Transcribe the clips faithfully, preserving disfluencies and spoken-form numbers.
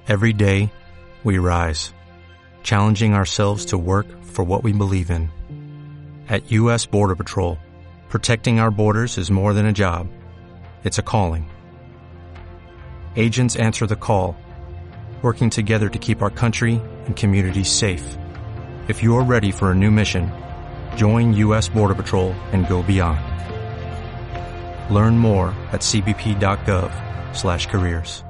Every day, we rise, challenging ourselves to work for what we believe in. At U S Border Patrol, protecting our borders is more than a job. It's a calling. Agents answer the call, working together to keep our country and communities safe. If you are ready for a new mission, join U S Border Patrol and go beyond. Learn more at c b p dot gov slash careers.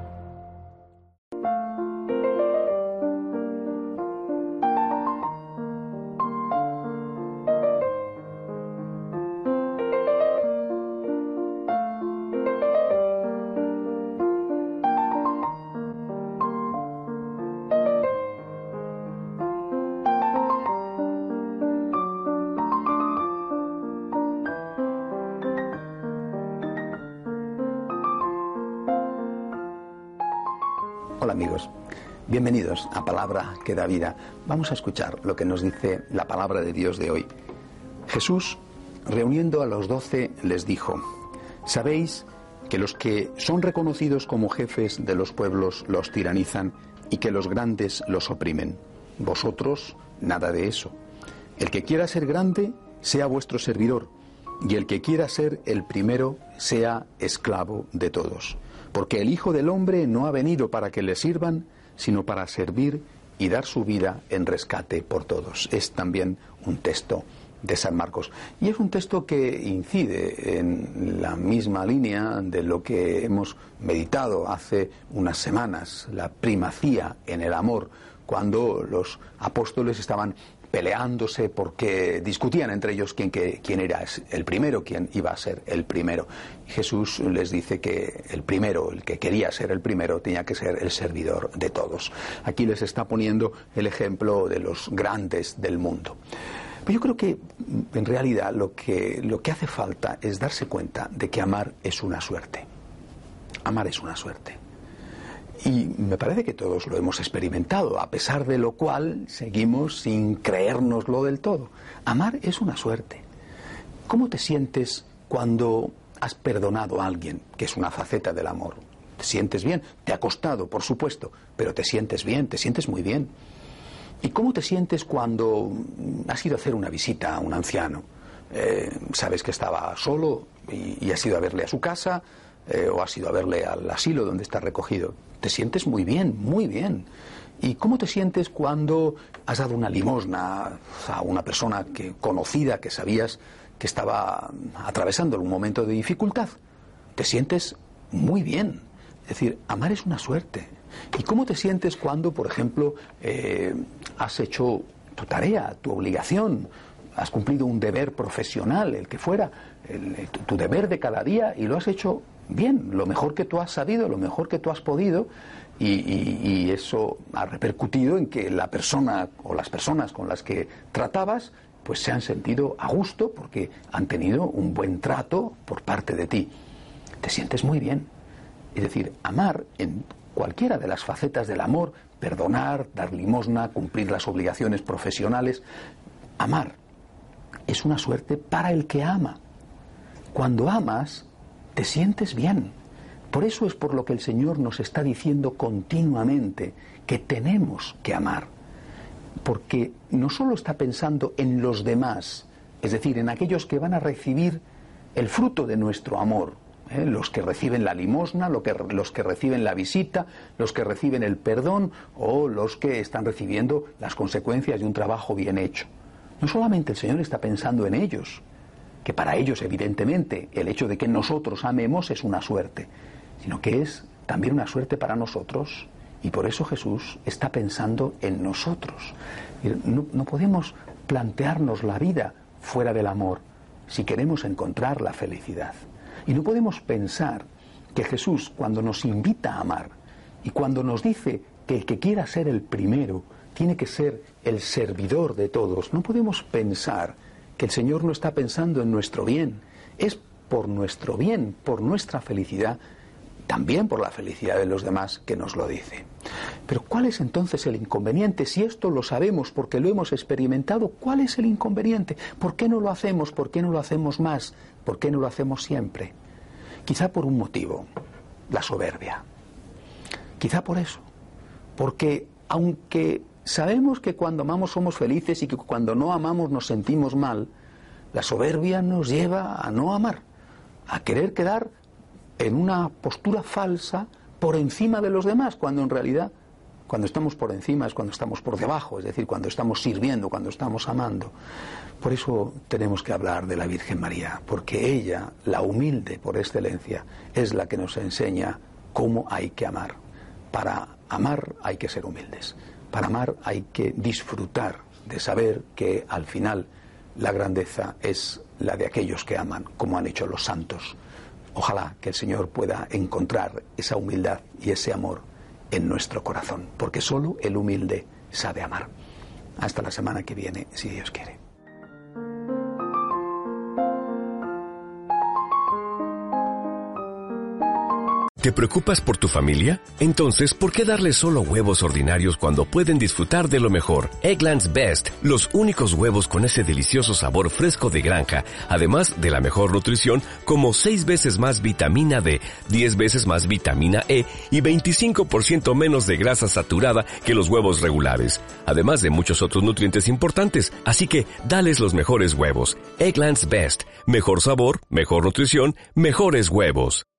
Hola amigos, bienvenidos a Palabra que da vida. Vamos a escuchar lo que nos dice la palabra de Dios de hoy. Jesús, reuniendo a los doce, les dijo: ¿sabéis que los que son reconocidos como jefes de los pueblos los tiranizan y que los grandes los oprimen? Vosotros, nada de eso. El que quiera ser grande, sea vuestro servidor, y el que quiera ser el primero, sea esclavo de todos. Porque el Hijo del Hombre no ha venido para que le sirvan, sino para servir y dar su vida en rescate por todos. Es también un texto de San Marcos. Y es un texto que incide en la misma línea de lo que hemos meditado hace unas semanas, la primacía en el amor, cuando los apóstoles estaban peleándose porque discutían entre ellos quién, que, quién era el primero, quién iba a ser el primero. Jesús les dice que el primero, el que quería ser el primero, tenía que ser el servidor de todos. Aquí les está poniendo el ejemplo de los grandes del mundo. Pero yo creo que en realidad lo que, lo que hace falta es darse cuenta de que amar es una suerte. Amar es una suerte. Y me parece que todos lo hemos experimentado, a pesar de lo cual seguimos sin creérnoslo del todo. Amar es una suerte. ¿Cómo te sientes cuando has perdonado a alguien, que es una faceta del amor? ¿Te sientes bien? Te ha costado, por supuesto, pero te sientes bien, te sientes muy bien. ¿Y cómo te sientes cuando has ido a hacer una visita a un anciano? Eh, sabes que estaba solo y, y has ido a verle a su casa, eh, o has ido a verle al asilo donde está recogido. Te sientes muy bien, muy bien. ¿Y cómo te sientes cuando has dado una limosna a una persona que, conocida que sabías que estaba atravesando un momento de dificultad? Te sientes muy bien. Es decir, amar es una suerte. ¿Y cómo te sientes cuando, por ejemplo, eh, has hecho tu tarea, tu obligación, has cumplido un deber profesional, el que fuera, el, tu, tu deber de cada día, y lo has hecho bien, lo mejor que tú has sabido, lo mejor que tú has podido, y, y, y eso ha repercutido en que la persona o las personas con las que tratabas pues se han sentido a gusto porque han tenido un buen trato por parte de ti. Te sientes muy bien. Es decir, amar en cualquiera de las facetas del amor, perdonar, dar limosna, cumplir las obligaciones profesionales, amar es una suerte para el que ama. Cuando amas, te sientes bien. Por eso es por lo que el Señor nos está diciendo continuamente que tenemos que amar. Porque no solo está pensando en los demás, es decir, en aquellos que van a recibir el fruto de nuestro amor, ¿eh? los que reciben la limosna, lo que, los que reciben la visita, los que reciben el perdón o los que están recibiendo las consecuencias de un trabajo bien hecho. No solamente el Señor está pensando en ellos, que para ellos evidentemente el hecho de que nosotros amemos es una suerte, sino que es también una suerte para nosotros, y por eso Jesús está pensando en nosotros. No, no podemos plantearnos la vida fuera del amor si queremos encontrar la felicidad. Y no podemos pensar que Jesús, cuando nos invita a amar y cuando nos dice que el que quiera ser el primero tiene que ser el servidor de todos, no podemos pensar que el Señor no está pensando en nuestro bien. Es por nuestro bien, por nuestra felicidad, también por la felicidad de los demás que nos lo dice. Pero ¿cuál es entonces el inconveniente? Si esto lo sabemos porque lo hemos experimentado, ¿cuál es el inconveniente? ¿Por qué no lo hacemos? ¿Por qué no lo hacemos más? ¿Por qué no lo hacemos siempre? Quizá por un motivo, la soberbia. Quizá por eso. Porque aunque sabemos que cuando amamos somos felices y que cuando no amamos nos sentimos mal, la soberbia nos lleva a no amar, a querer quedar en una postura falsa por encima de los demás, cuando en realidad cuando estamos por encima es cuando estamos por debajo, es decir, cuando estamos sirviendo, cuando estamos amando. Por eso tenemos que hablar de la Virgen María, porque ella, la humilde por excelencia, es la que nos enseña cómo hay que amar. Para amar hay que ser humildes, para amar hay que disfrutar de saber que al final la grandeza es la de aquellos que aman, como han hecho los santos. Ojalá que el Señor pueda encontrar esa humildad y ese amor en nuestro corazón, porque solo el humilde sabe amar. Hasta la semana que viene, si Dios quiere. ¿Te preocupas por tu familia? Entonces, ¿por qué darles solo huevos ordinarios cuando pueden disfrutar de lo mejor? Eggland's Best, los únicos huevos con ese delicioso sabor fresco de granja, además de la mejor nutrición, como seis veces más vitamina D, diez veces más vitamina E y veinticinco por ciento menos de grasa saturada que los huevos regulares, además de muchos otros nutrientes importantes. Así que, dales los mejores huevos. Eggland's Best, mejor sabor, mejor nutrición, mejores huevos.